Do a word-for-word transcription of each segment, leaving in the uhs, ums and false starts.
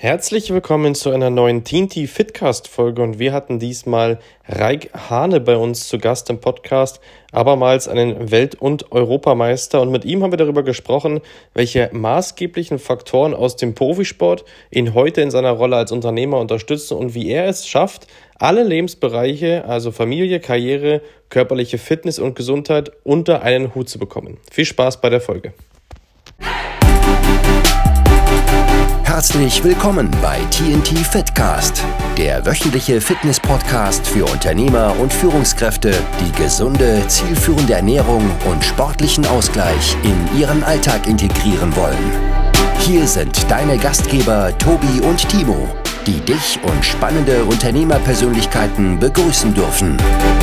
Herzlich willkommen zu einer neuen Teenti Fitcast Folge und wir hatten diesmal Raik Hane bei uns zu Gast im Podcast, abermals einen Welt- und Europameister, und mit ihm haben wir darüber gesprochen, welche maßgeblichen Faktoren aus dem Profisport ihn heute in seiner Rolle als Unternehmer unterstützen und wie er es schafft, alle Lebensbereiche, also Familie, Karriere, körperliche Fitness und Gesundheit unter einen Hut zu bekommen. Viel Spaß bei der Folge. Herzlich willkommen bei T N T Fitcast, der wöchentliche Fitness-Podcast für Unternehmer und Führungskräfte, die gesunde, zielführende Ernährung und sportlichen Ausgleich in ihren Alltag integrieren wollen. Hier sind deine Gastgeber Tobi und Timo, die dich und spannende Unternehmerpersönlichkeiten begrüßen dürfen.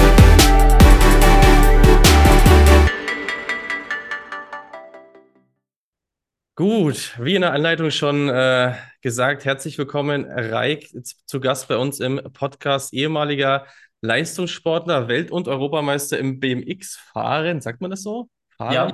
Gut, wie in der Anleitung schon äh, gesagt, herzlich willkommen, Raik, zu Gast bei uns im Podcast, ehemaliger Leistungssportler, Welt- und Europameister im B M X-Fahren. Sagt man das so? Fahren? Ja.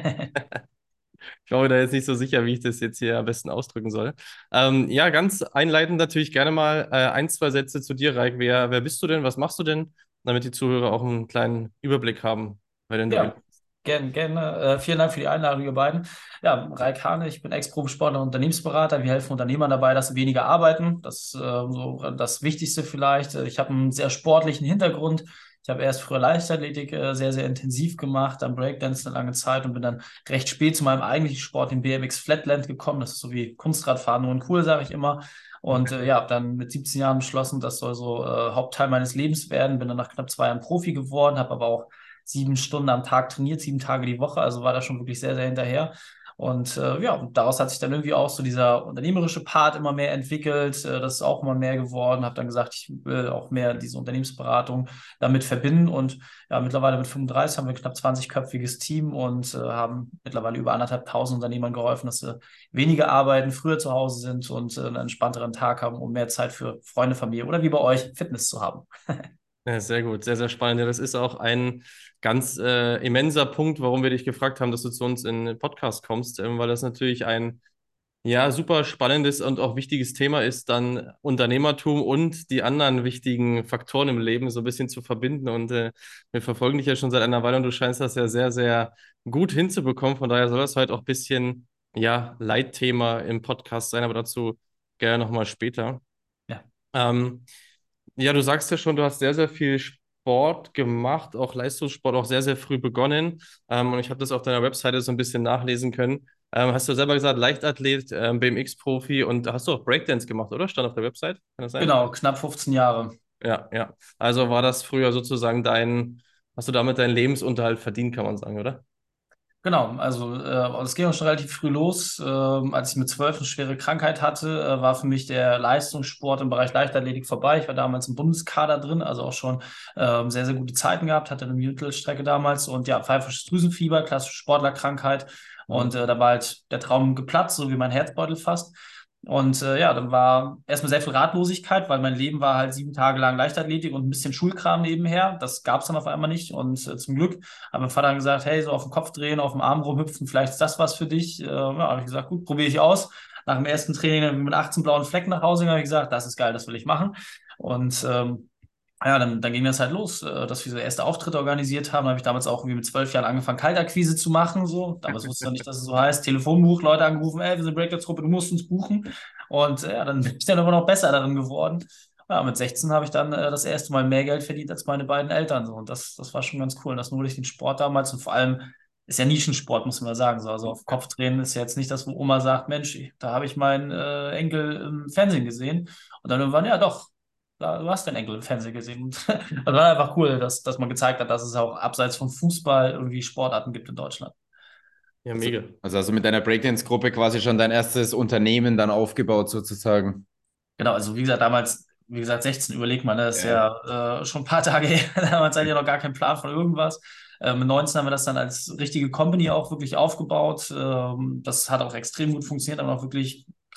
Ich war mir da jetzt nicht so sicher, wie ich das jetzt hier am besten ausdrücken soll. Ähm, ja, ganz einleitend natürlich gerne mal äh, ein, zwei Sätze zu dir, Raik. Wer, wer bist du denn? Was machst du denn? Damit die Zuhörer auch einen kleinen Überblick haben, wer denn du Ja, eigentlich bist. gerne, gerne. Äh, vielen Dank für die Einladung, ihr beiden. Ja, Raik Hane, ich bin Ex-Profisportler und Unternehmensberater. Wir helfen Unternehmern dabei, dass sie weniger arbeiten. Das ist äh, so das Wichtigste vielleicht. Äh, Ich habe einen sehr sportlichen Hintergrund. Ich habe erst früher Leichtathletik äh, sehr, sehr intensiv gemacht, dann Breakdance eine lange Zeit und bin dann recht spät zu meinem eigentlichen Sport, dem B M X Flatland, gekommen. Das ist so wie Kunstradfahren, nur in cool, sage ich immer. Und äh, ja, habe dann mit siebzehn Jahren beschlossen, das soll so äh, Hauptteil meines Lebens werden. Bin dann nach knapp zwei Jahren Profi geworden, habe aber auch sieben Stunden am Tag trainiert, sieben Tage die Woche, also war da schon wirklich sehr, sehr hinterher. Und äh, ja, daraus hat sich dann irgendwie auch so dieser unternehmerische Part immer mehr entwickelt. Äh, das ist auch immer mehr geworden. Habe dann gesagt, ich will auch mehr diese Unternehmensberatung damit verbinden. Und ja, mittlerweile mit fünfunddreißig haben wir ein knapp zwanzig-köpfiges Team und äh, haben mittlerweile über anderthalbtausend Unternehmern geholfen, dass sie weniger arbeiten, früher zu Hause sind und äh, einen entspannteren Tag haben, um mehr Zeit für Freunde, Familie oder wie bei euch Fitness zu haben. Ja, sehr gut, sehr, sehr spannend. Ja, das ist auch ein ganz äh, immenser Punkt, warum wir dich gefragt haben, dass du zu uns in den Podcast kommst, ähm, weil das natürlich ein ja, super spannendes und auch wichtiges Thema ist, dann Unternehmertum und die anderen wichtigen Faktoren im Leben so ein bisschen zu verbinden. Und äh, wir verfolgen dich ja schon seit einer Weile und du scheinst das ja sehr, sehr gut hinzubekommen. Von daher soll das heute auch ein bisschen, ja, Leitthema im Podcast sein, aber dazu gerne nochmal später. Ja. Ähm, ja, du sagst ja schon, du hast sehr, sehr viel Sport gemacht, auch Leistungssport, auch sehr, sehr früh begonnen. Ähm, und ich habe das auf deiner Webseite so ein bisschen nachlesen können. Ähm, hast du selber gesagt, Leichtathlet, ähm, B M X-Profi, und hast du auch Breakdance gemacht, oder? Stand auf der Website, kann das sein? Genau, knapp fünfzehn Jahre. Ja, ja. Also war das früher sozusagen dein, hast du damit deinen Lebensunterhalt verdient, kann man sagen, oder? Genau, also äh, es ging auch schon relativ früh los. Ähm, als ich mit zwölf eine schwere Krankheit hatte, äh, war für mich der Leistungssport im Bereich Leichtathletik vorbei. Ich war damals im Bundeskader drin, also auch schon ähm, sehr, sehr gute Zeiten gehabt, hatte eine Mittelstrecke damals und ja, pfeifisches Drüsenfieber, klassische Sportlerkrankheit. Und Mhm. äh, da war halt der Traum geplatzt, so wie mein Herzbeutel fast. Und äh, ja, dann war erstmal sehr viel Ratlosigkeit, weil mein Leben war halt sieben Tage lang Leichtathletik und ein bisschen Schulkram nebenher. Das gab es dann auf einmal nicht. Und äh, zum Glück hat mein Vater dann gesagt, hey, so auf den Kopf drehen, auf dem Arm rumhüpfen, vielleicht ist das was für dich. Äh, ja, habe ich gesagt, gut, probiere ich aus. Nach dem ersten Training dann mit achtzehn blauen Flecken nach Hause gegangen, habe ich gesagt, das ist geil, das will ich machen. Und ähm, ja, dann, dann ging das halt los, äh, dass wir so erste Auftritte organisiert haben. Da habe ich damals auch irgendwie mit zwölf Jahren angefangen, Kaltakquise zu machen. So. Damals wusste ich noch nicht, dass es so heißt. Telefonbuch, Leute angerufen, ey, wir sind Breakdance-Gruppe, du musst uns buchen. Und äh, ja, dann bin ich dann aber noch besser darin geworden. Ja, mit sechzehn habe ich dann äh, das erste Mal mehr Geld verdient als meine beiden Eltern. So. Und das, das war schon ganz cool. Und das nur durch den Sport damals. Und vor allem ist ja Nischensport, muss man sagen. So. Also auf Kopf drehen ist ja jetzt nicht das, wo Oma sagt, Mensch, da habe ich meinen äh, Enkel im Fernsehen gesehen. Und dann irgendwann, ja doch, da, du hast deinen Enkel im Fernsehen gesehen. Und das war einfach cool, dass, dass man gezeigt hat, dass es auch abseits von Fußball irgendwie Sportarten gibt in Deutschland. Ja, Also, mega. also hast du mit deiner Breakdance-Gruppe quasi schon dein erstes Unternehmen dann aufgebaut, sozusagen. Genau, also wie gesagt, damals, wie gesagt, sechzehn, überleg mal, ne, das ist Ja. ja äh, schon ein paar Tage her. Damals hatte ich ja noch gar keinen Plan von irgendwas. Äh, mit neunzehn haben wir das dann als richtige Company auch wirklich aufgebaut. Ähm, das hat auch extrem gut funktioniert, haben auch wirklich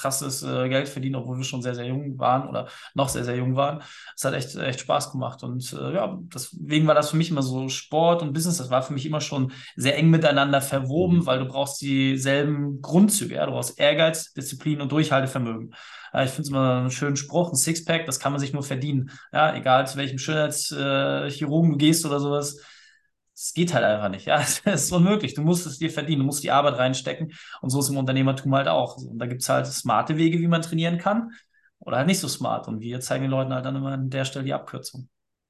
krasses äh, Geld verdient, obwohl wir schon sehr, sehr jung waren oder noch sehr, sehr jung waren. Es hat echt, echt Spaß gemacht. Und äh, ja, deswegen war das für mich immer so Sport und Business, das war für mich immer schon sehr eng miteinander verwoben, weil du brauchst dieselben Grundzüge. Ja? Du brauchst Ehrgeiz, Disziplin und Durchhaltevermögen. Ja, ich finde es immer einen schönen Spruch, ein Sixpack, das kann man sich nur verdienen. Ja, egal zu welchem Schönheitschirurgen äh, du gehst oder sowas. Es geht halt einfach nicht. Ja, es ist unmöglich. Du musst es dir verdienen, du musst die Arbeit reinstecken. Und so ist im Unternehmertum halt auch. Und da gibt es halt smarte Wege, wie man trainieren kann, oder halt nicht so smart. Und wir zeigen den Leuten halt dann immer an der Stelle die Abkürzung.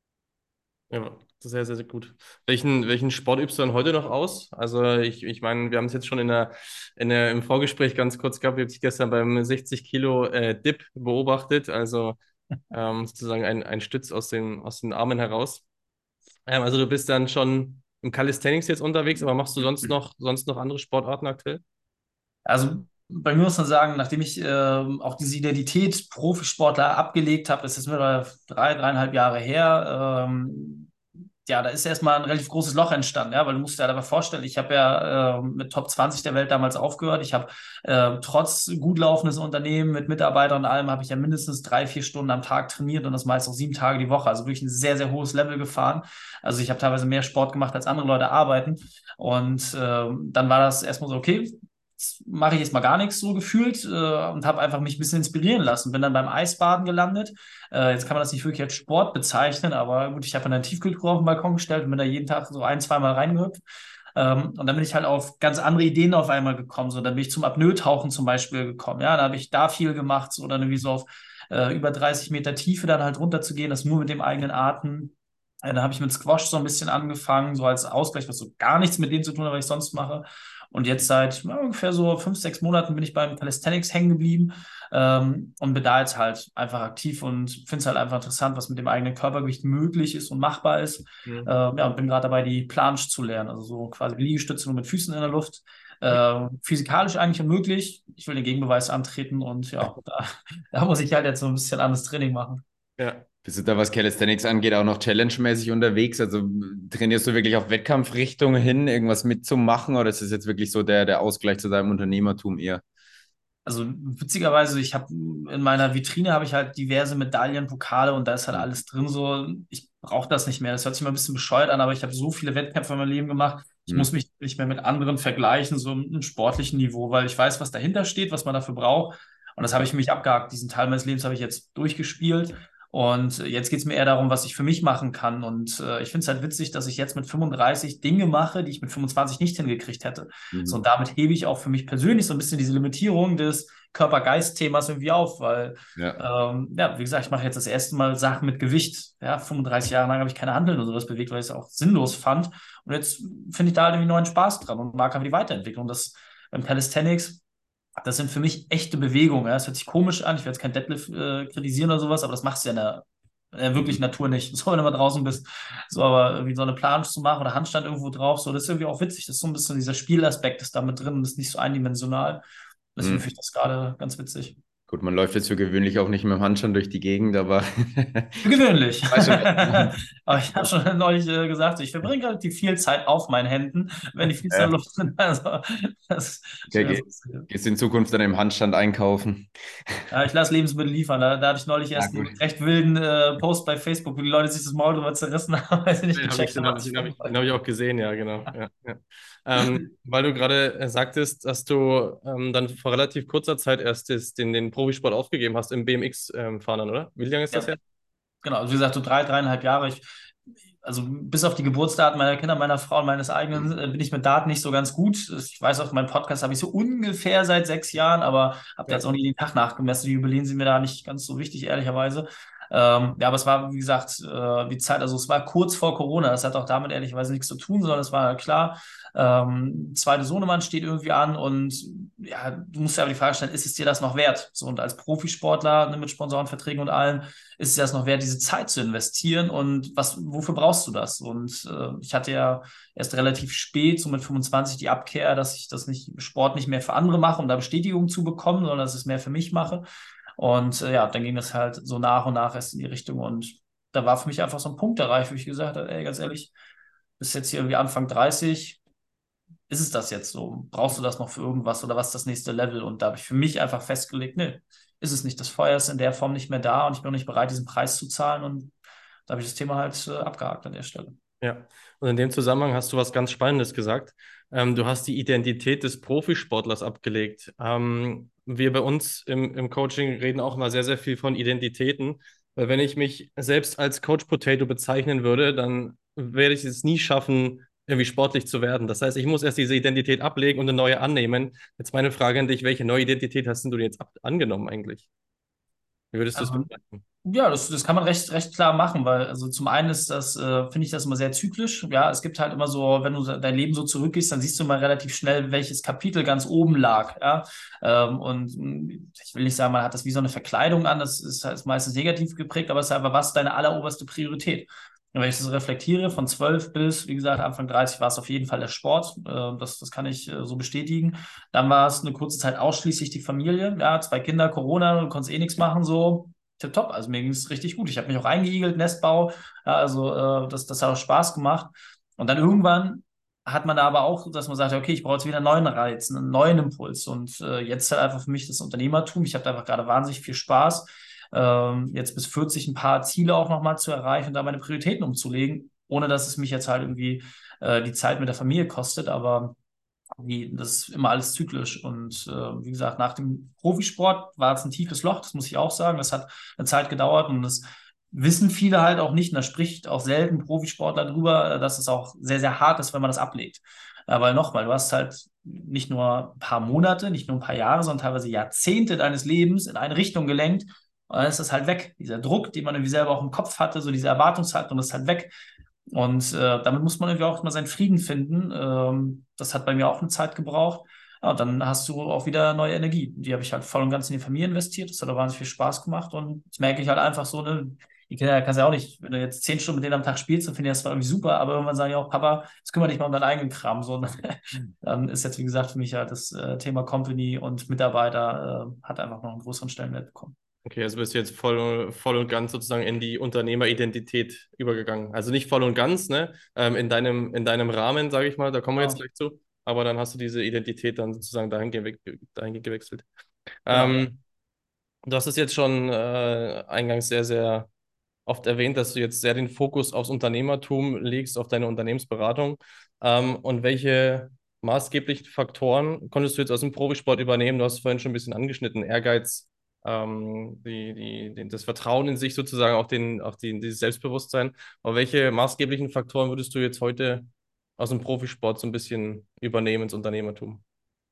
Ja, das ist sehr, sehr, sehr gut. Welchen, welchen Sport übst du dann heute noch aus? Also ich, ich meine, wir haben es jetzt schon in der, in der, im Vorgespräch ganz kurz gehabt. Ich habe dich gestern beim sechzig Kilo äh, Dip beobachtet, also ähm, sozusagen ein, ein Stütz aus den, aus den Armen heraus. Ähm, also du bist dann schon im Calisthenics jetzt unterwegs, aber machst du sonst noch, sonst noch andere Sportarten aktuell? Also bei mir muss man sagen, nachdem ich ähm, auch diese Identität Profisportler abgelegt habe, das ist mittlerweile drei, dreieinhalb Jahre her, ähm, ja, da ist erstmal ein relativ großes Loch entstanden, ja, weil du musst dir aber vorstellen, ich habe ja äh, mit Top zwanzig der Welt damals aufgehört. Ich habe äh, trotz gut laufendes Unternehmen mit Mitarbeitern und allem, habe ich ja mindestens drei, vier Stunden am Tag trainiert und das meist auch sieben Tage die Woche. Also wirklich ein sehr, sehr hohes Level gefahren. Also ich habe teilweise mehr Sport gemacht, als andere Leute arbeiten. Und äh, dann war das erstmal so, okay, jetzt mache ich jetzt mal gar nichts so gefühlt äh, und habe einfach mich ein bisschen inspirieren lassen. Bin dann beim Eisbaden gelandet. Äh, jetzt kann man das nicht wirklich als Sport bezeichnen, aber gut, ich habe dann eine Tiefkühltruhe auf den Balkon gestellt und bin da jeden Tag so ein, zweimal reingehüpft. Ähm, und dann bin ich halt auf ganz andere Ideen auf einmal gekommen. So, dann bin ich zum Apnoe-Tauchen zum Beispiel gekommen. Ja, da habe ich da viel gemacht, so dann irgendwie so auf äh, über dreißig Meter Tiefe dann halt runterzugehen, das nur mit dem eigenen Atem. Äh, da habe ich mit Squash so ein bisschen angefangen, so als Ausgleich, was so gar nichts mit dem zu tun hat, was ich sonst mache. Und jetzt seit ja, ungefähr so fünf, sechs Monaten bin ich beim Calisthenics hängen geblieben ähm, und bin da jetzt halt einfach aktiv und finde es halt einfach interessant, was mit dem eigenen Körpergewicht möglich ist und machbar ist. Mhm. Ähm, ja, und bin gerade dabei, die Planche zu lernen, also so quasi Liegestütze nur mit Füßen in der Luft. Äh, physikalisch eigentlich unmöglich. Ich will den Gegenbeweis antreten und ja, da, da muss ich halt jetzt so ein bisschen anderes Training machen. Ja. Bist du da, was Calisthenics angeht, auch noch challenge-mäßig unterwegs? Also trainierst du wirklich auf Wettkampfrichtung hin, irgendwas mitzumachen, oder ist das jetzt wirklich so der, der Ausgleich zu deinem Unternehmertum eher? Also witzigerweise, ich habe in meiner Vitrine habe ich halt diverse Medaillen, Pokale und da ist halt alles drin so. Ich brauche das nicht mehr. Das hört sich mal ein bisschen bescheuert an, aber ich habe so viele Wettkämpfe in meinem Leben gemacht. Ich Hm. muss mich nicht mehr mit anderen vergleichen, so im sportlichen Niveau, weil ich weiß, was dahinter steht, was man dafür braucht. Und das habe ich für mich abgehakt. Diesen Teil meines Lebens habe ich jetzt durchgespielt. Und jetzt geht es mir eher darum, was ich für mich machen kann. Und äh, ich finde es halt witzig, dass ich jetzt mit fünfunddreißig Dinge mache, die ich mit fünfundzwanzig nicht hingekriegt hätte. So, und Mhm. damit hebe ich auch für mich persönlich so ein bisschen diese Limitierung des Körper-Geist-Themas irgendwie auf, weil, Ja. ähm, ja, wie gesagt, ich mache jetzt das erste Mal Sachen mit Gewicht. Ja, fünfunddreißig Jahre lang habe ich keine Hanteln oder sowas bewegt, weil ich es auch sinnlos fand. Und jetzt finde ich da halt irgendwie neuen Spaß dran und mag einfach die Weiterentwicklung. Das beim Calisthenics, das sind für mich echte Bewegungen. Ja. Das hört sich komisch an. Ich will jetzt kein Deadlift äh, kritisieren oder sowas, aber das machst du ja in der äh, wirklich Mhm. Natur nicht. So, wenn du mal draußen bist, so aber irgendwie so eine Planche zu machen oder Handstand irgendwo drauf, so, das ist irgendwie auch witzig. Das ist so ein bisschen dieser Spielaspekt ist da mit drin und ist nicht so eindimensional. Deswegen Mhm. finde ich das gerade ganz witzig. Gut, man läuft jetzt für gewöhnlich auch nicht mit dem Handstand durch die Gegend, aber Für gewöhnlich. weiß schon, was du meinst. Aber ich habe schon neulich äh, gesagt, ich verbringe relativ viel Zeit auf meinen Händen, wenn die Füße in der Ja. Luft sind. Also, das ist Okay, schon ganz geh, lustig. gehst in Zukunft dann im Handstand einkaufen. Ja, ich lasse Lebensmittel liefern. Da, da hatte ich neulich Ja, erst gut. einen recht wilden äh, Post bei Facebook, wo die Leute sich das Maul drüber zerrissen haben, weil sie nicht Den habe ich, gecheckt den haben, hab was ich, ich den hab von ich, den hab wollte. ich auch gesehen, ja, genau. Ja, ja. Ähm, weil du gerade äh, sagtest, dass du ähm, dann vor relativ kurzer Zeit erst das, den, den Profisport aufgegeben hast im B M X-Fahren, dann, oder? Wie lange ist das Ja, her? genau. Also wie gesagt, so drei, dreieinhalb Jahre. Ich, also bis auf die Geburtsdaten meiner Kinder, meiner Frau und meines eigenen äh, bin ich mit Daten nicht so ganz gut. Ich weiß, auf meinem Podcast habe ich so ungefähr seit sechs Jahren, aber habe da Ja. jetzt auch nie den Tag nachgemessen. Die Jubiläen sind mir da nicht ganz so wichtig, ehrlicherweise. Ähm, ja, aber es war, wie gesagt, äh, die Zeit, also es war kurz vor Corona. Das hat auch damit ehrlicherweise nichts zu tun, sondern es war klar, ähm, zweite Sohnemann steht irgendwie an und ja, du musst dir aber die Frage stellen, ist es dir das noch wert? So, und als Profisportler ne, mit Sponsorenverträgen und allem, ist es das noch wert, diese Zeit zu investieren und was, wofür brauchst du das? Und äh, ich hatte ja erst relativ spät, so mit fünfundzwanzig, die Abkehr, dass ich das nicht, Sport nicht mehr für andere mache, um da Bestätigung zu bekommen, sondern dass ich es mehr für mich mache. Und äh, ja, dann ging das halt so nach und nach erst in die Richtung und da war für mich einfach so ein Punkt erreicht, wo ich gesagt habe, ey, ganz ehrlich, bis jetzt hier irgendwie Anfang dreißig, ist es das jetzt so? Brauchst du das noch für irgendwas oder was ist das nächste Level? Und da habe ich für mich einfach festgelegt, nee, ist es nicht. Das Feuer ist in der Form nicht mehr da und ich bin auch nicht bereit, diesen Preis zu zahlen. Und da habe ich das Thema halt äh, abgehakt an der Stelle. Ja, und in dem Zusammenhang hast du was ganz Spannendes gesagt. Ähm, du hast die Identität des Profisportlers abgelegt. Ähm, wir bei uns im, im Coaching reden auch immer sehr, sehr viel von Identitäten. Weil wenn ich mich selbst als Coach Potato bezeichnen würde, dann werde ich es nie schaffen, irgendwie sportlich zu werden. Das heißt, ich muss erst diese Identität ablegen und eine neue annehmen. Jetzt meine Frage an dich, welche neue Identität hast denn du jetzt ab angenommen eigentlich? Wie würdest du es Also, beschreiben? ja, das, das kann man recht, recht klar machen, weil also zum einen ist das, äh, finde ich das immer sehr zyklisch. Ja, es gibt halt immer so, wenn du dein Leben so zurückgehst, dann siehst du mal relativ schnell, welches Kapitel ganz oben lag. Ja, ähm, und mh, ich will nicht sagen, man hat das wie so eine Verkleidung an, das ist halt meistens negativ geprägt, aber es ist einfach, was ist deine alleroberste Priorität? Und wenn ich das reflektiere, von zwölf bis, wie gesagt, Anfang dreißig war es auf jeden Fall der Sport. Äh, das, das kann ich äh, so bestätigen. Dann war es eine kurze Zeit ausschließlich die Familie. Ja, zwei Kinder, Corona, du konntest eh nichts machen, so. Tipptopp, also mir ging es richtig gut. Ich habe mich auch eingeigelt, Nestbau, ja, also äh, das, das hat auch Spaß gemacht. Und dann irgendwann hat man da aber auch, dass man sagt, okay, ich brauche jetzt wieder einen neuen Reiz, einen neuen Impuls. Und äh, jetzt halt einfach für mich das Unternehmertum. Ich habe da einfach gerade wahnsinnig viel Spaß, ähm, jetzt bis vierzig ein paar Ziele auch nochmal zu erreichen und da meine Prioritäten umzulegen, ohne dass es mich jetzt halt irgendwie äh, die Zeit mit der Familie kostet. Aber wie, das ist immer alles zyklisch. Und äh, wie gesagt, nach dem Profisport war es ein tiefes Loch, das muss ich auch sagen. Das hat eine Zeit gedauert und das wissen viele halt auch nicht. Und da spricht auch selten Profisportler drüber, dass es auch sehr, sehr hart ist, wenn man das ablegt. Ja, weil nochmal, du hast halt nicht nur ein paar Monate, nicht nur ein paar Jahre, sondern teilweise Jahrzehnte deines Lebens in eine Richtung gelenkt. Und dann ist das halt weg. Dieser Druck, den man irgendwie selber auch im Kopf hatte, so diese Erwartungshaltung, ist halt weg. Und äh, damit muss man irgendwie auch immer seinen Frieden finden. Ähm, das hat bei mir auch eine Zeit gebraucht. Ja, und dann hast du auch wieder neue Energie. Die habe ich halt voll und ganz in die Familie investiert. Das hat auch wahnsinnig viel Spaß gemacht. Und das merke ich halt einfach so, ne, die Kinder kannst ja auch nicht, wenn du jetzt zehn Stunden mit denen am Tag spielst, dann finde ich das zwar irgendwie super, aber irgendwann sagen die auch, Papa, jetzt kümmere dich mal um deinen eigenen Kram. So, dann ist jetzt, wie gesagt, für mich halt das äh, Thema Company und Mitarbeiter äh, hat einfach noch einen größeren Stellenwert bekommen. Okay, also bist du jetzt voll, voll und ganz sozusagen in die Unternehmeridentität übergegangen. Also nicht voll und ganz, ne? Ähm, in deinem, in deinem Rahmen, sage ich mal, da kommen wir jetzt Genau. gleich zu. Aber dann hast du diese Identität dann sozusagen dahin, gewe dahin gewechselt. Genau. Ähm, du hast es jetzt schon äh, eingangs sehr, sehr oft erwähnt, dass du jetzt sehr den Fokus aufs Unternehmertum legst, auf deine Unternehmensberatung. Ähm, und welche maßgeblichen Faktoren konntest du jetzt aus dem Profisport übernehmen? Du hast es vorhin schon ein bisschen angeschnitten, Ehrgeiz, ähm, die, die, den, das Vertrauen in sich sozusagen, auch, den, auch die, dieses Selbstbewusstsein. Aber welche maßgeblichen Faktoren würdest du jetzt heute aus dem Profisport so ein bisschen übernehmen ins Unternehmertum?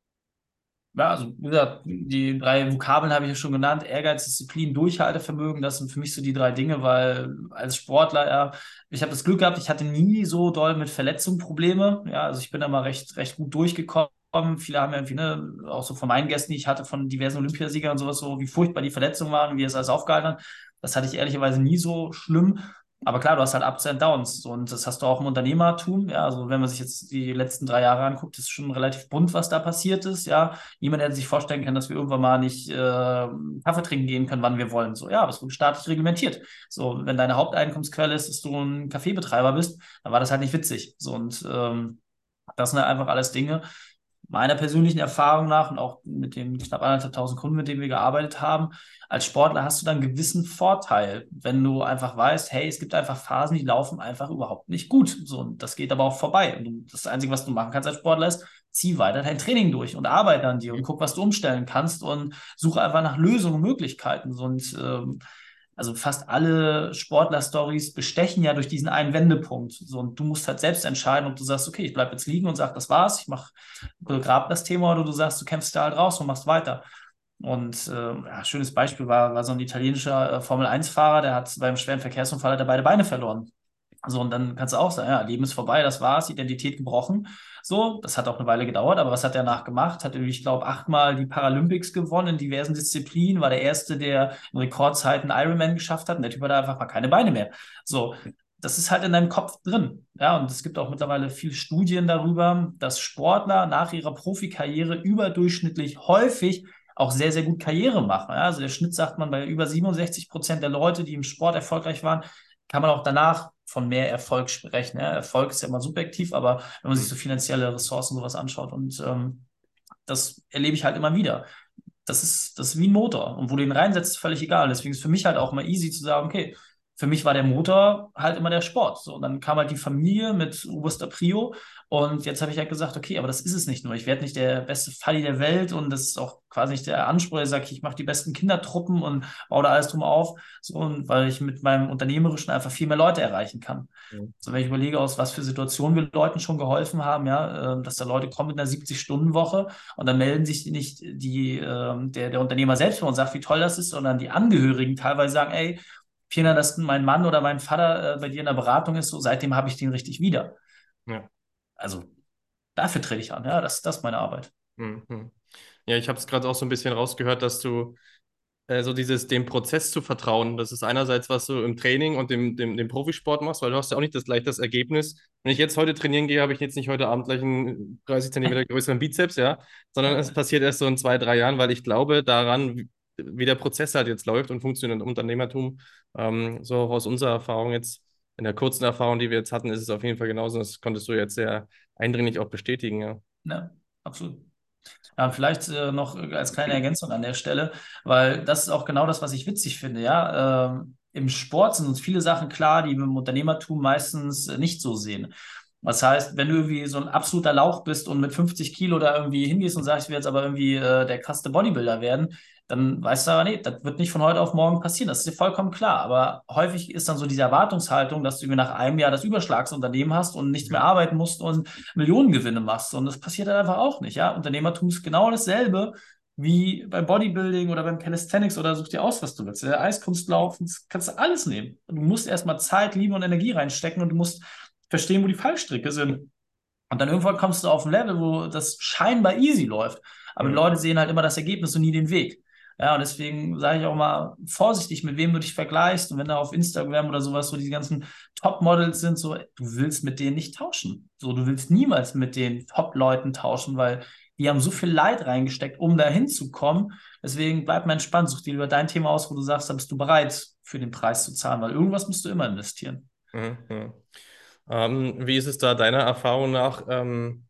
Ja, also wie gesagt, die drei Vokabeln habe ich ja schon genannt. Ehrgeiz, Disziplin, Durchhaltevermögen, das sind für mich so die drei Dinge, weil als Sportler, ja, ich habe das Glück gehabt, ich hatte nie so doll mit Verletzungen Probleme. Ja, also ich bin da mal recht, recht gut durchgekommen. Viele haben ja irgendwie, ne, auch so von meinen Gästen, die ich hatte, von diversen Olympiasiegern und sowas, so wie furchtbar die Verletzungen waren, wie es alles aufgehalten hat. Das hatte ich ehrlicherweise nie so schlimm. Aber klar, du hast halt Ups and Downs und das hast du auch im Unternehmertum. Ja, also wenn man sich jetzt die letzten drei Jahre anguckt, ist schon relativ bunt, was da passiert ist. Ja, niemand hätte sich vorstellen können, dass wir irgendwann mal nicht äh, Kaffee trinken gehen können, wann wir wollen. So, ja, aber es wurde staatlich reglementiert. So, wenn deine Haupteinkommensquelle ist, dass du ein Kaffeebetreiber bist, dann war das halt nicht witzig. So, und ähm, das sind halt einfach alles Dinge, meiner persönlichen Erfahrung nach und auch mit den knapp anderthalbtausend Kunden, mit denen wir gearbeitet haben, als Sportler hast du dann einen gewissen Vorteil, wenn du einfach weißt, hey, es gibt einfach Phasen, die laufen einfach überhaupt nicht gut. So, und das geht aber auch vorbei. Und du, das Einzige, was du machen kannst als Sportler ist, zieh weiter dein Training durch und arbeite an dir und guck, was du umstellen kannst und suche einfach nach Lösungen und Möglichkeiten. So, und ähm, also fast alle Sportler-Stories bestechen ja durch diesen einen Wendepunkt. So, und du musst halt selbst entscheiden, ob du sagst, okay, ich bleibe jetzt liegen und sag, das war's, ich mach, begrab das Thema, oder du sagst, du kämpfst da halt raus und machst weiter. Und äh, ja, schönes Beispiel war, war so ein italienischer äh, Formel eins Fahrer, der hat beim schweren Verkehrsunfall hat er beide Beine verloren. So, und dann kannst du auch sagen, ja, Leben ist vorbei, das war's, Identität gebrochen. So, das hat auch eine Weile gedauert, aber was hat er danach gemacht? Hat irgendwie, ich glaube, achtmal die Paralympics gewonnen in diversen Disziplinen, war der Erste, der in Rekordzeiten Ironman geschafft hat und der Typ hat einfach mal keine Beine mehr. So, das ist halt in deinem Kopf drin. Ja, und es gibt auch mittlerweile viele Studien darüber, dass Sportler nach ihrer Profikarriere überdurchschnittlich häufig auch sehr, sehr gut Karriere machen. Ja, also der Schnitt, sagt man, bei über siebenundsechzig Prozent der Leute, die im Sport erfolgreich waren, kann man auch danach von mehr Erfolg sprechen. Ja? Erfolg ist ja immer subjektiv, aber wenn man sich so finanzielle Ressourcen sowas anschaut und ähm, das erlebe ich halt immer wieder. Das ist, das ist wie ein Motor. Und wo du den reinsetzt, ist völlig egal. Deswegen ist für mich halt auch mal easy zu sagen, okay, für mich war der Motor halt immer der Sport. So, und dann kam halt die Familie mit oberster Prio. Und jetzt habe ich halt gesagt, okay, aber das ist es nicht nur. Ich werde nicht der beste Falli der Welt und das ist auch quasi nicht der Anspruch, der sagt, ich mache die besten Kindertruppen und baue da alles drum auf. So, und weil ich mit meinem Unternehmerischen einfach viel mehr Leute erreichen kann. Mhm. So, wenn ich überlege, aus was für Situationen wir Leuten schon geholfen haben, ja, äh, dass da Leute kommen mit einer siebzig-Stunden-Woche und dann melden sich nicht die, äh, der, der Unternehmer selbst und sagt, wie toll das ist, sondern die Angehörigen teilweise sagen, ey, vielen Dank, dass mein Mann oder mein Vater äh, bei dir in der Beratung ist, so seitdem habe ich den richtig wieder. Ja. Also dafür trete ich an, ja, das, das ist meine Arbeit. Mhm. Ja, ich habe es gerade auch so ein bisschen rausgehört, dass du äh, so dieses dem Prozess zu vertrauen, das ist einerseits, was du im Training und dem, dem, dem Profisport machst, weil du hast ja auch nicht das, gleich das Ergebnis. Wenn ich jetzt heute trainieren gehe, habe ich jetzt nicht heute Abend gleich einen dreißig Zentimeter größeren Bizeps, ja, sondern es passiert erst so in zwei, drei Jahren, weil ich glaube daran, wie, wie der Prozess halt jetzt läuft und funktioniert im Unternehmertum. Ähm, so auch aus unserer Erfahrung jetzt, in der kurzen Erfahrung, die wir jetzt hatten, ist es auf jeden Fall genauso. Das konntest du jetzt sehr eindringlich auch bestätigen, ja. Ja, absolut. Ja, vielleicht äh, noch als kleine Ergänzung an der Stelle, weil das ist auch genau das, was ich witzig finde. Ja, ähm, im Sport sind uns viele Sachen klar, die wir im Unternehmertum meistens äh, nicht so sehen. Das heißt, wenn du irgendwie so ein absoluter Lauch bist und mit fünfzig Kilo da irgendwie hingehst und sagst, ich will jetzt aber irgendwie äh, der krasse Bodybuilder werden, dann weißt du aber, nee, das wird nicht von heute auf morgen passieren. Das ist dir vollkommen klar. Aber häufig ist dann so diese Erwartungshaltung, dass du irgendwie nach einem Jahr das Überschlagsunternehmen hast und nichts mehr arbeiten musst und Millionengewinne machst. Und das passiert dann einfach auch nicht. Ja? Unternehmertum ist genau dasselbe wie beim Bodybuilding oder beim Calisthenics oder such dir aus, was du willst. Der Eiskunstlaufen, das kannst du alles nehmen. Du musst erstmal Zeit, Liebe und Energie reinstecken und du musst verstehen, wo die Fallstricke sind. Und dann irgendwann kommst du auf ein Level, wo das scheinbar easy läuft. Aber die Mhm. Leute sehen halt immer das Ergebnis und nie den Weg. Ja, und deswegen sage ich auch mal vorsichtig, mit wem du dich vergleichst. Und wenn da auf Instagram oder sowas so die ganzen Top-Models sind, so, du willst mit denen nicht tauschen. So, du willst niemals mit den Top-Leuten tauschen, weil die haben so viel Leid reingesteckt, um da hinzukommen. Deswegen bleib mal entspannt, such dir lieber dein Thema aus, wo du sagst, da bist du bereit, für den Preis zu zahlen, weil irgendwas musst du immer investieren. Mhm. Mhm. Ähm, wie ist es da deiner Erfahrung nach? Ähm,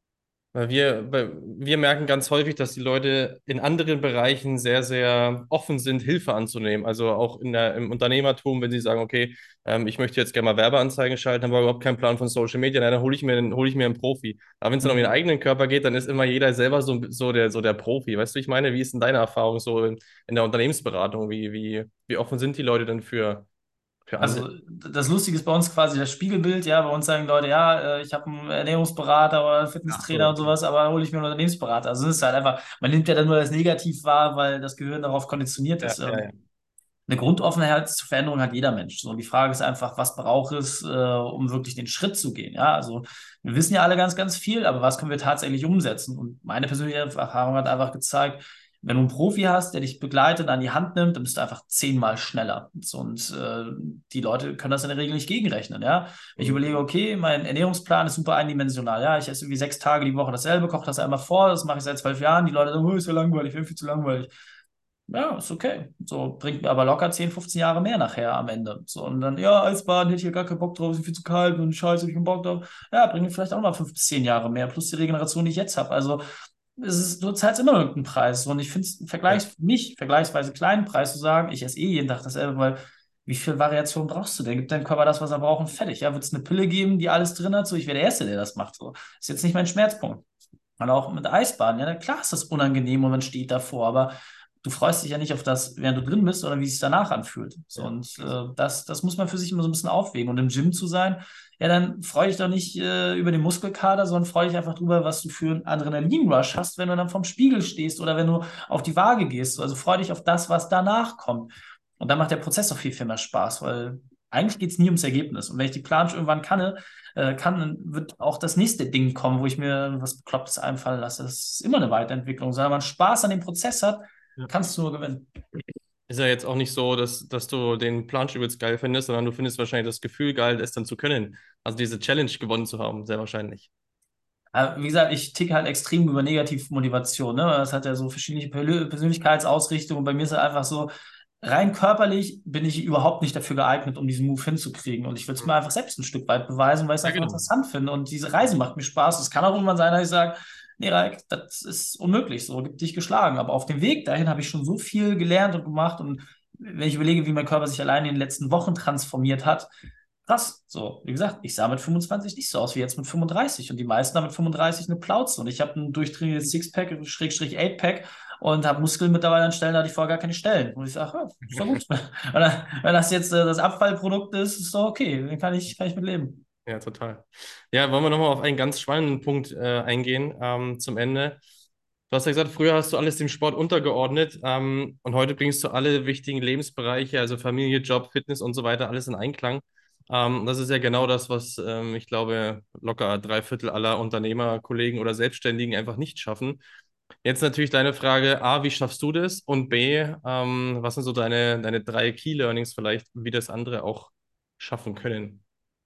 weil wir, weil wir merken ganz häufig, dass die Leute in anderen Bereichen sehr, sehr offen sind, Hilfe anzunehmen. Also auch in der, im Unternehmertum, wenn sie sagen, okay, ähm, ich möchte jetzt gerne mal Werbeanzeigen schalten, habe aber überhaupt keinen Plan von Social Media, na, dann hole ich mir, einen- hole ich mir einen Profi. Aber wenn es dann um den Mhm. eigenen Körper geht, dann ist immer jeder selber so, so der, so der Profi. Weißt du, ich meine, wie ist denn deine Erfahrung so in, in der Unternehmensberatung? Wie, wie, wie offen sind die Leute denn für, für andere? Also das Lustige ist bei uns quasi das Spiegelbild, ja, bei uns sagen Leute, ja, äh, ich habe einen Ernährungsberater oder einen Ach Fitnesstrainer so, und sowas, aber hole ich mir einen Unternehmensberater. Also es ist halt einfach, man nimmt ja dann nur das Negativ wahr, weil das Gehirn darauf konditioniert ja, ist. ja, Ähm, ja. Eine Grundoffenheit zur Veränderung hat jeder Mensch. So, und die Frage ist einfach, was braucht es, äh, um wirklich den Schritt zu gehen? Ja, also wir wissen ja alle ganz, ganz viel, aber was können wir tatsächlich umsetzen? Und meine persönliche Erfahrung hat einfach gezeigt, wenn du einen Profi hast, der dich begleitet, an die Hand nimmt, dann bist du einfach zehnmal schneller. So, und äh, die Leute können das in der Regel nicht gegenrechnen. Ja? Wenn ich Mhm. überlege, okay, mein Ernährungsplan ist super eindimensional. Ja, ich esse irgendwie sechs Tage die Woche dasselbe, koche das einmal vor, das mache ich seit zwölf Jahren. Die Leute sagen, oh, ist ja langweilig, viel zu langweilig. Ja, ist okay. So bringt mir aber locker zehn, fünfzehn Jahre mehr nachher am Ende. So, und dann, ja, Eisbahn, hätte ich ja gar keinen Bock drauf, ist viel zu kalt und scheiße, hab ich keinen Bock drauf. Ja, bringt mir vielleicht auch mal fünf bis zehn Jahre mehr, plus die Regeneration, die ich jetzt habe. Also, es ist, du zahlst immer irgendeinen Preis. Und ich finde es im Vergleich, Ja. für mich, vergleichsweise kleinen Preis zu sagen, ich esse eh jeden Tag dasselbe, weil wie viel Variation brauchst du denn? Gibt deinem Körper das, was er braucht und fertig. Ja, wird es eine Pille geben, die alles drin hat? So, ich wäre der Erste, der das macht. So, ist jetzt nicht mein Schmerzpunkt. Und auch mit Eisbahn, ja, klar ist das unangenehm und man steht davor, aber du freust dich ja nicht auf das, während du drin bist, oder wie es sich danach anfühlt. So, Ja. und äh, das, das muss man für sich immer so ein bisschen aufwägen. Und im Gym zu sein, ja, dann freue dich doch nicht äh, über den Muskelkater, sondern freue dich einfach drüber, was du für einen Adrenalin-Rush hast, wenn du dann vorm Spiegel stehst oder wenn du auf die Waage gehst. Also freue dich auf das, was danach kommt. Und dann macht der Prozess auch viel, viel mehr Spaß, weil eigentlich geht es nie ums Ergebnis. Und wenn ich die Planche irgendwann kann, äh, kann, dann wird auch das nächste Ding kommen, wo ich mir was Beklopptes einfallen lasse. Das ist immer eine Weiterentwicklung. Sondern wenn man Spaß an dem Prozess hat, Ja. kannst du nur gewinnen. Ist ja jetzt auch nicht so, dass, dass du den Plansch übelst geil findest, sondern du findest wahrscheinlich das Gefühl geil, es dann zu können. Also diese Challenge gewonnen zu haben, sehr wahrscheinlich. Aber wie gesagt, ich ticke halt extrem über Negativmotivation. Ne? Das hat ja so verschiedene Persönlichkeitsausrichtungen. Und bei mir ist es einfach so, rein körperlich bin ich überhaupt nicht dafür geeignet, um diesen Move hinzukriegen. Und ich will es mir einfach selbst ein Stück weit beweisen, weil ich es Ja, einfach genau. interessant finde. Und diese Reise macht mir Spaß. Es kann auch irgendwann sein, dass ich sage, nee, Raik, das ist unmöglich, so, gib dich geschlagen. Aber auf dem Weg dahin habe ich schon so viel gelernt und gemacht. Und wenn ich überlege, wie mein Körper sich allein in den letzten Wochen transformiert hat, krass. So, wie gesagt, ich sah mit fünfundzwanzig nicht so aus wie jetzt mit fünfunddreißig. Und die meisten haben mit fünfunddreißig eine Plauze. Und ich habe ein durchtrainiertes Sixpack, Schrägstrich Eightpack und habe Muskeln mittlerweile an Stellen, da hatte ich vorher gar keine Stellen. Und ich sage, ja, ist doch gut. Und dann, wenn das jetzt äh, das Abfallprodukt ist, ist doch okay. Dann kann ich, kann ich mit leben. Ja, total. Ja, wollen wir nochmal auf einen ganz spannenden Punkt äh, eingehen ähm, zum Ende. Du hast ja gesagt, früher hast du alles dem Sport untergeordnet ähm, und heute bringst du alle wichtigen Lebensbereiche, also Familie, Job, Fitness und so weiter, alles in Einklang. Ähm, das ist ja genau das, was ähm, ich glaube, locker drei Viertel aller Unternehmer, Kollegen oder Selbstständigen einfach nicht schaffen. Jetzt natürlich deine Frage, A, wie schaffst du das? Und B, ähm, was sind so deine, deine drei Key Learnings vielleicht, wie das andere auch schaffen können?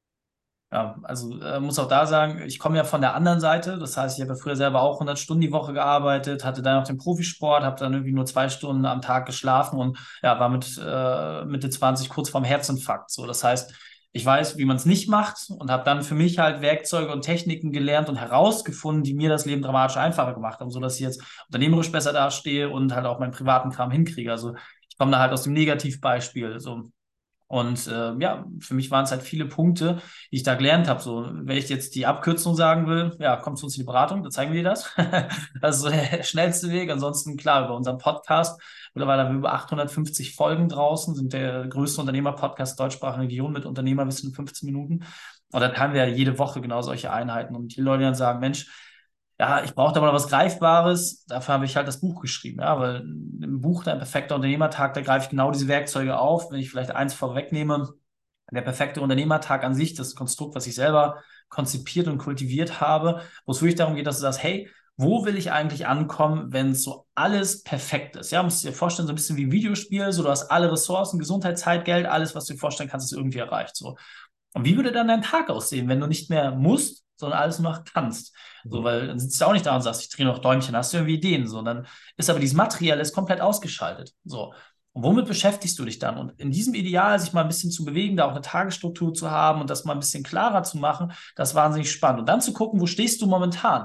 Ja, also äh, muss auch da sagen, ich komme ja von der anderen Seite. Das heißt, ich habe ja früher selber auch hundert Stunden die Woche gearbeitet, hatte dann noch den Profisport, habe dann irgendwie nur zwei Stunden am Tag geschlafen und ja, war mit äh, Mitte zwanzig kurz vorm Herzinfarkt. So, das heißt, ich weiß, wie man es nicht macht und habe dann für mich halt Werkzeuge und Techniken gelernt und herausgefunden, die mir das Leben dramatisch einfacher gemacht haben, sodass ich jetzt unternehmerisch besser dastehe und halt auch meinen privaten Kram hinkriege. Also ich komme da halt aus dem Negativbeispiel. So, und äh, ja, für mich waren es halt viele Punkte, die ich da gelernt habe. So, wenn ich jetzt die Abkürzung sagen will, ja, komm zu uns in die Beratung, da zeigen wir dir das. Das ist so der schnellste Weg. Ansonsten, klar, über unseren Podcast. Mittlerweile haben wir über achthundertfünfzig Folgen draußen, sind der größte Unternehmer-Podcast der deutschsprachigen Region mit Unternehmerwissen in fünfzehn Minuten. Und dann haben wir ja jede Woche genau solche Einheiten. Und die Leute dann sagen, Mensch, ja, ich brauche da mal was Greifbares. Dafür habe ich halt das Buch geschrieben. Ja, weil im Buch, der perfekte Unternehmertag, da greife ich genau diese Werkzeuge auf. Wenn ich vielleicht eins vorwegnehme, der perfekte Unternehmertag an sich, das Konstrukt, was ich selber konzipiert und kultiviert habe, wo es wirklich darum geht, dass du sagst, hey, wo will ich eigentlich ankommen, wenn so alles perfekt ist? Ja, musst du dir vorstellen, so ein bisschen wie ein Videospiel, so du hast alle Ressourcen, Gesundheit, Zeit, Geld, alles, was du dir vorstellen kannst, ist irgendwie erreicht. So. Und wie würde dann dein Tag aussehen, wenn du nicht mehr musst, sondern alles nur noch kannst? So, Mhm. weil dann sitzt du auch nicht da und sagst, ich drehe noch Däumchen, hast du irgendwie Ideen, so, dann ist aber dieses Materielle ist komplett ausgeschaltet. So. Und womit beschäftigst du dich dann? Und in diesem Ideal, sich mal ein bisschen zu bewegen, da auch eine Tagesstruktur zu haben und das mal ein bisschen klarer zu machen, das ist wahnsinnig spannend. Und dann zu gucken, wo stehst du momentan?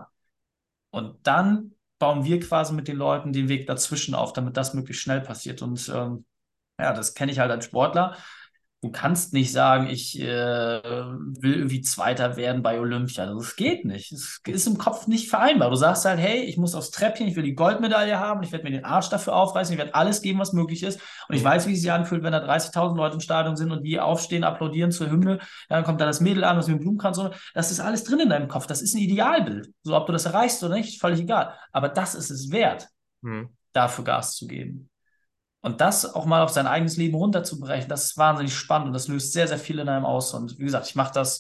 Und dann bauen wir quasi mit den Leuten den Weg dazwischen auf, damit das möglichst schnell passiert. Und ähm, ja, das kenne ich halt als Sportler. Du kannst nicht sagen, ich äh, will irgendwie Zweiter werden bei Olympia. Das geht nicht. Es ist im Kopf nicht vereinbar. Du sagst halt, hey, ich muss aufs Treppchen, ich will die Goldmedaille haben, ich werde mir den Arsch dafür aufreißen, ich werde alles geben, was möglich ist. Und ich Mhm. weiß, wie es sich anfühlt, wenn da dreißigtausend Leute im Stadion sind und die aufstehen, applaudieren zur Hymne. Dann kommt da das Mädel an, was mit dem Blumenkranz so. Das ist alles drin in deinem Kopf. Das ist ein Idealbild. So, ob du das erreichst oder nicht, ist völlig egal. Aber das ist es wert, Mhm. dafür Gas zu geben. Und das auch mal auf sein eigenes Leben runterzubrechen, das ist wahnsinnig spannend und das löst sehr, sehr viel in einem aus. Und wie gesagt, ich mache das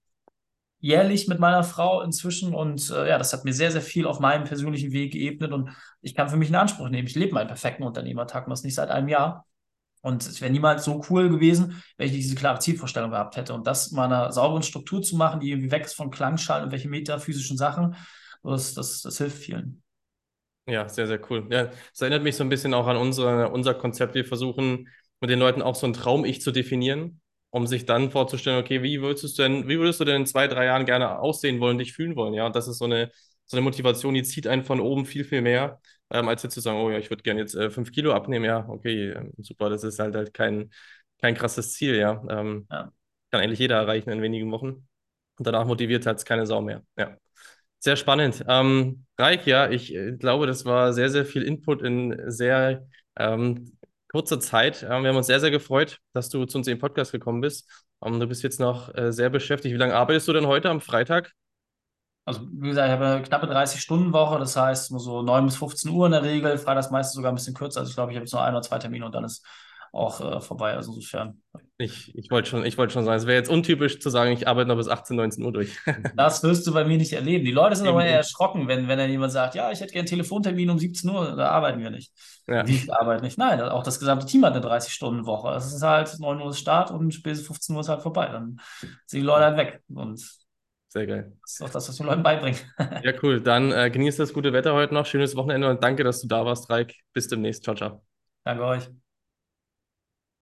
jährlich mit meiner Frau inzwischen und äh, ja, das hat mir sehr, sehr viel auf meinem persönlichen Weg geebnet und ich kann für mich in Anspruch nehmen. Ich lebe meinen perfekten Unternehmertag und das nicht seit einem Jahr. Und es wäre niemals so cool gewesen, wenn ich nicht diese klare Zielvorstellung gehabt hätte. Und das mal einer sauberen Struktur zu machen, die irgendwie weg ist von Klangschalen und welche metaphysischen Sachen, das, das, das hilft vielen. Ja, sehr, sehr cool. Ja, es erinnert mich so ein bisschen auch an unsere, unser Konzept. Wir versuchen mit den Leuten auch so ein Traum-Ich zu definieren, um sich dann vorzustellen, okay, wie würdest du denn, wie würdest du denn in zwei, drei Jahren gerne aussehen wollen, dich fühlen wollen? Ja, und das ist so eine, so eine Motivation, die zieht einen von oben viel, viel mehr, ähm, als jetzt zu sagen, oh ja, ich würde gerne jetzt äh, fünf Kilo abnehmen. Ja, okay, ähm, super, das ist halt halt kein, kein krasses Ziel, ja. Ähm, Ja. kann eigentlich jeder erreichen in wenigen Wochen. Und danach motiviert halt keine Sau mehr. Ja. Sehr spannend. Ähm, Raik, ja, ich äh, glaube, das war sehr, sehr viel Input in sehr ähm, kurzer Zeit. Ähm, wir haben uns sehr, sehr gefreut, dass du zu uns in den Podcast gekommen bist. Ähm, du bist jetzt noch äh, sehr beschäftigt. Wie lange arbeitest du denn heute am Freitag? Also, wie gesagt, ich habe eine knappe dreißig-Stunden-Woche, das heißt nur so neun bis fünfzehn Uhr in der Regel, freitags meistens sogar ein bisschen kürzer. Also, ich glaube, ich habe jetzt nur ein oder zwei Termine und dann ist auch äh, vorbei. Also, insofern, Ich, ich wollte schon, ich wollte schon sagen, es wäre jetzt untypisch zu sagen, ich arbeite noch bis achtzehn, neunzehn Uhr durch. das wirst du bei mir nicht erleben. Die Leute sind Eben, aber eher eben. erschrocken, wenn, wenn dann jemand sagt: Ja, ich hätte gerne einen Telefontermin um siebzehn Uhr, da arbeiten wir nicht. Ja, Wie viel arbeiten nicht? Nein, auch das gesamte Team hat eine dreißig-Stunden-Woche. Es ist halt neun Uhr ist Start und spätestens fünfzehn Uhr ist halt vorbei. Dann sind die Leute halt weg. Und das sehr geil. ist auch das, was wir den Leuten beibringen. Ja, cool. Dann äh, genieß das gute Wetter heute noch. Schönes Wochenende und danke, dass du da warst, Raik. Bis demnächst. Ciao, ciao. Danke euch.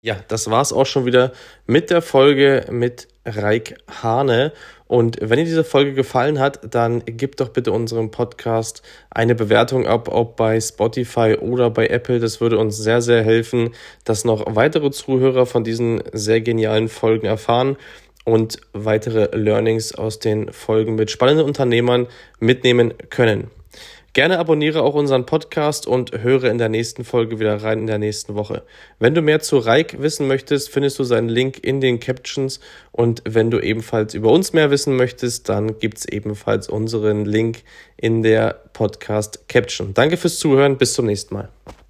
Ja, das war's auch schon wieder mit der Folge mit Raik Hane. Und wenn dir diese Folge gefallen hat, dann gib doch bitte unserem Podcast eine Bewertung ab, ob bei Spotify oder bei Apple. Das würde uns sehr, sehr helfen, dass noch weitere Zuhörer von diesen sehr genialen Folgen erfahren und weitere Learnings aus den Folgen mit spannenden Unternehmern mitnehmen können. Gerne abonniere auch unseren Podcast und höre in der nächsten Folge wieder rein in der nächsten Woche. Wenn du mehr zu Raik wissen möchtest, findest du seinen Link in den Captions. Und wenn du ebenfalls über uns mehr wissen möchtest, dann gibt es ebenfalls unseren Link in der Podcast-Caption. Danke fürs Zuhören, bis zum nächsten Mal.